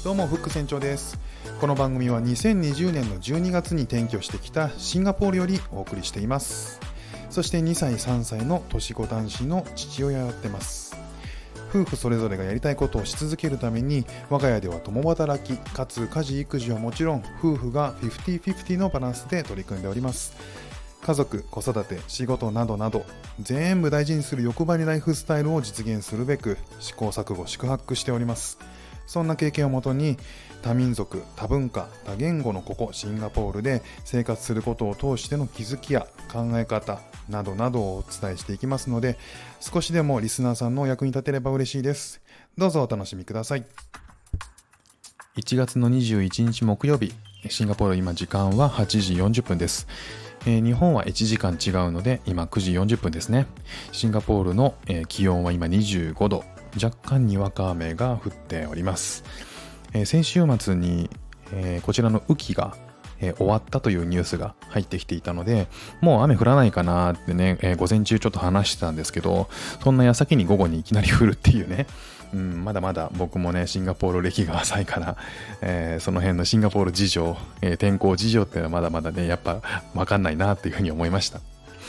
どうもフック船長です。この番組は2020年の12月に転居してきたシンガポールよりお送りしています。そして2歳3歳の年子男子の父親をやってます。夫婦それぞれがやりたいことをし続けるために、我が家では共働きかつ家事育児はもちろん、夫婦が 50-50 のバランスで取り組んでおります。家族、子育て、仕事などなど全部大事にする欲張りライフスタイルを実現するべく試行錯誤宿泊しております。そんな経験をもとに、多民族、多文化、多言語のここシンガポールで生活することを通しての気づきや考え方などなどをお伝えしていきますので、少しでもリスナーさんのお役に立てれば嬉しいです。どうぞお楽しみください。1月の21日木曜日、シンガポール今時間は8時40分です。日本は1時間違うので今9時40分ですね。シンガポールの気温は今25度、若干にわか雨が降っております。先週末に、こちらの雨季が、終わったというニュースが入ってきていたので、もう雨降らないかなってね、午前中ちょっと話してたんですけど、そんな矢先に午後にいきなり降るっていうね、まだまだ僕もねシンガポール歴が浅いから、その辺のシンガポール事情、天候事情っていうのはまだまだねやっぱ分かんないなっていうふうに思いました。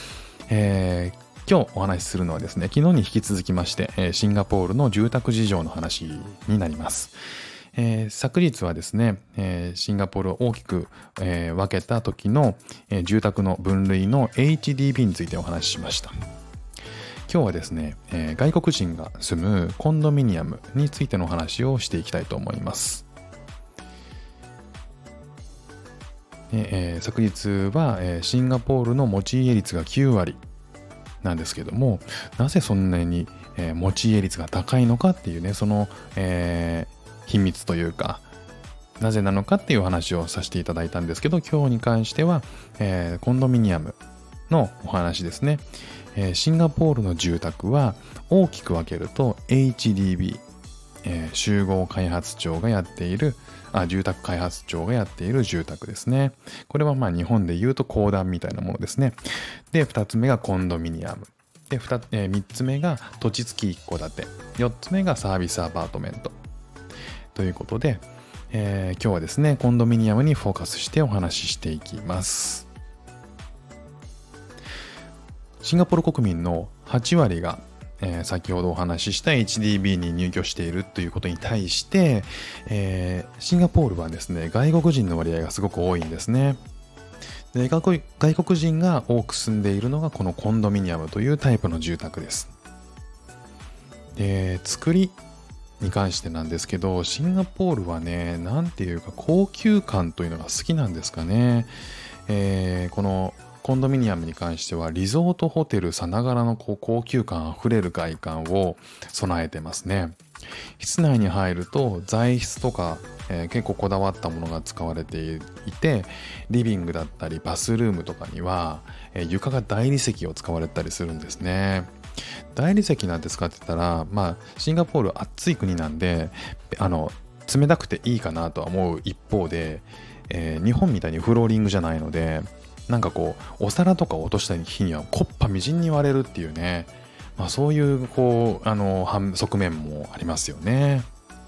今日お話しするのはですね、昨日に引き続きまして、シンガポールの住宅事情の話になります。昨日はですね、シンガポールを大きく、分けた時の、住宅の分類の HDB についてお話ししました。今日はですね、外国人が住むコンドミニアムについてのお話をしていきたいと思います。昨日は、シンガポールの持ち家率が9割なんですけども、なぜそんなに、持ち家率が高いのかっていうね、その、秘密というかなぜなのかっていう話をさせていただいたんですけど、今日に関しては、コンドミニアムのお話ですね。シンガポールの住宅は大きく分けると HDB、集合開発庁がやっている住宅開発庁がやっている住宅ですね。これはまあ日本でいうと公団みたいなものですね。で、2つ目がコンドミニアムで、3つ目が土地付き一戸建て、4つ目がサービスアパートメントということで、今日はですねコンドミニアムにフォーカスしてお話ししていきます。シンガポール国民の8割が、先ほどお話しした HDB に入居しているということに対して、シンガポールはですね外国人の割合がすごく多いんですね。で、外国人が多く住んでいるのがこのコンドミニアムというタイプの住宅です。で、作りに関してなんですけど、シンガポールはね、なんていうか高級感というのが好きなんですかね。このコンドミニアムに関してはリゾートホテルさながらの高級感あふれる外観を備えてますね。室内に入ると材質とか、結構こだわったものが使われていて、リビングだったりバスルームとかには、床が大理石を使われたりするんですね。大理石なんて使ってたら、シンガポール暑い国なんで冷たくていいかなとは思う一方で、日本みたいにフローリングじゃないので、なんかこうお皿とか落とした日にはコッパみじんに割れるっていうね、そういう側面もありますよね。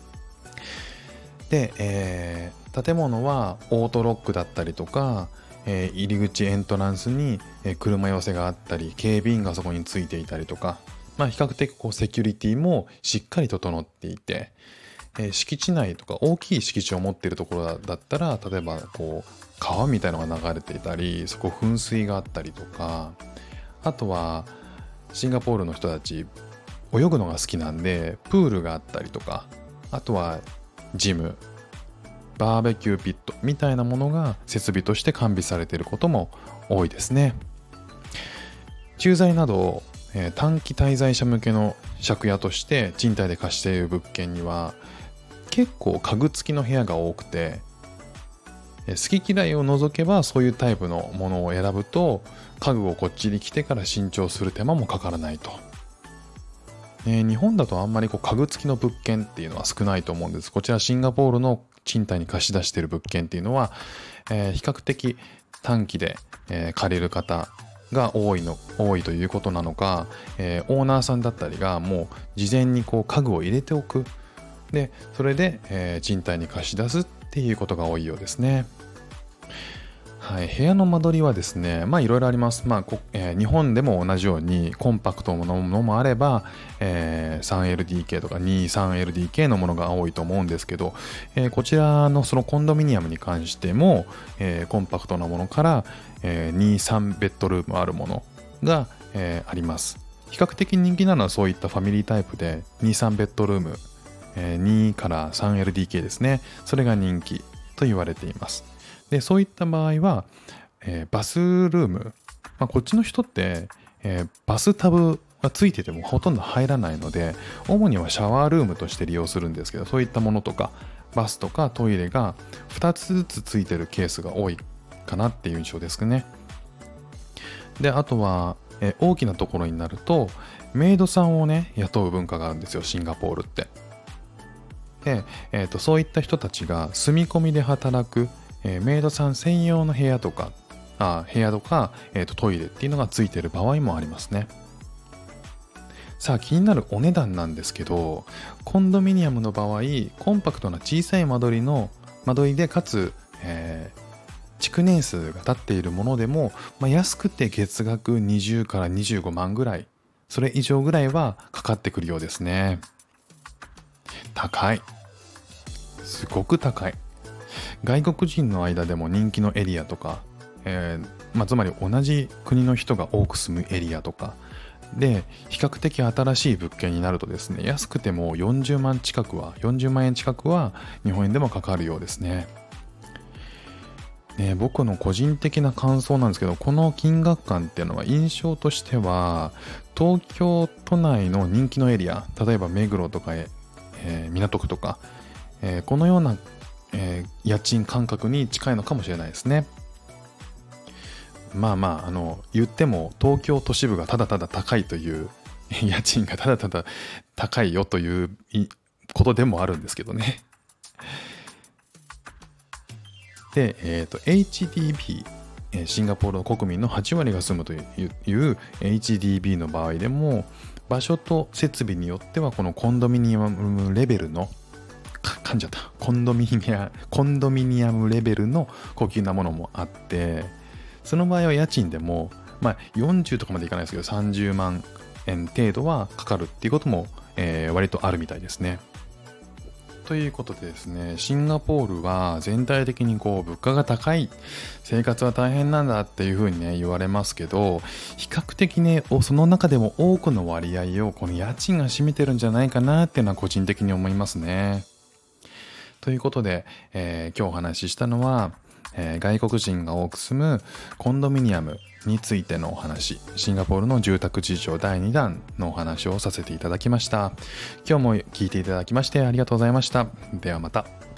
で、建物はオートロックだったりとか、入り口エントランスに車寄せがあったり、警備員がそこについていたりとか、比較的セキュリティもしっかり整っていて、敷地内とか大きい敷地を持っているところだったら、例えば川みたいのが流れていたり、そこ噴水があったりとか、あとはシンガポールの人たち泳ぐのが好きなんでプールがあったりとか、あとはジム、バーベキューピットみたいなものが設備として完備されていることも多いですね。駐在など短期滞在者向けの借家として賃貸で貸している物件には結構家具付きの部屋が多くて、好き嫌いを除けばそういうタイプのものを選ぶと、家具をこっちに来てから新調する手間もかからないと。日本だとあんまり家具付きの物件っていうのは少ないと思うんです。こちらシンガポールの賃貸に貸し出している物件っていうのは、比較的短期で、借りる方が多いということなのか、オーナーさんだったりがもう事前に家具を入れておくでそれで、賃貸に貸し出すっていうことが多いようですね。はい、部屋の間取りはですね、いろいろあります。日本でも同じようにコンパクトなものもあれば、3LDK とか 2,3LDK のものが多いと思うんですけど、こちらのそのコンドミニアムに関しても、コンパクトなものから、2、3ベッドルームあるものが、あります。比較的人気なのはそういったファミリータイプで2、3ベッドルーム、2から 3LDK ですね。それが人気と言われています。でそういった場合は、バスルーム、こっちの人って、バスタブがついててもほとんど入らないので、主にはシャワールームとして利用するんですけど、そういったものとかバスとかトイレが2つずつついてるケースが多いかなっていう印象ですね。であとは、大きなところになるとメイドさんをね雇う文化があるんですよ、シンガポールって。で、そういった人たちが住み込みで働く、メイドさん専用の部屋とかトイレっていうのがついている場合もありますね。さあ気になるお値段なんですけど、コンドミニアムの場合コンパクトな小さい間取りでかつ、築年数が経っているものでも、安くて月額20から25万ぐらい、それ以上ぐらいはかかってくるようですね。高い、すごく高い。外国人の間でも人気のエリアとか、つまり同じ国の人が多く住むエリアとかで比較的新しい物件になるとですね、安くても40万円近くは日本円でもかかるようですね。僕の個人的な感想なんですけど、この金額感っていうのは印象としては東京都内の人気のエリア、例えば目黒とか、港区とか、このような、家賃感覚に近いのかもしれないですね。言っても東京都市部がただただ高いという家賃がただただ高いよということでもあるんですけどね。で、HDB、シンガポールの国民の8割が住むという HDB の場合でも、場所と設備によってはこのコンドミニアムレベルのコンドミニアムレベルの高級なものもあって、その場合は家賃でも、40とかまでいかないですけど30万円程度はかかるっていうことも、割とあるみたいですね。ということでですね、シンガポールは全体的に物価が高い、生活は大変なんだっていうふうにね言われますけど、比較的ねその中でも多くの割合をこの家賃が占めてるんじゃないかなっていうのは個人的に思いますね。ということで、今日お話ししたのは、外国人が多く住むコンドミニアムについてのお話、シンガポールの住宅事情第2弾のお話をさせていただきました。今日も聞いていただきましてありがとうございました。ではまた。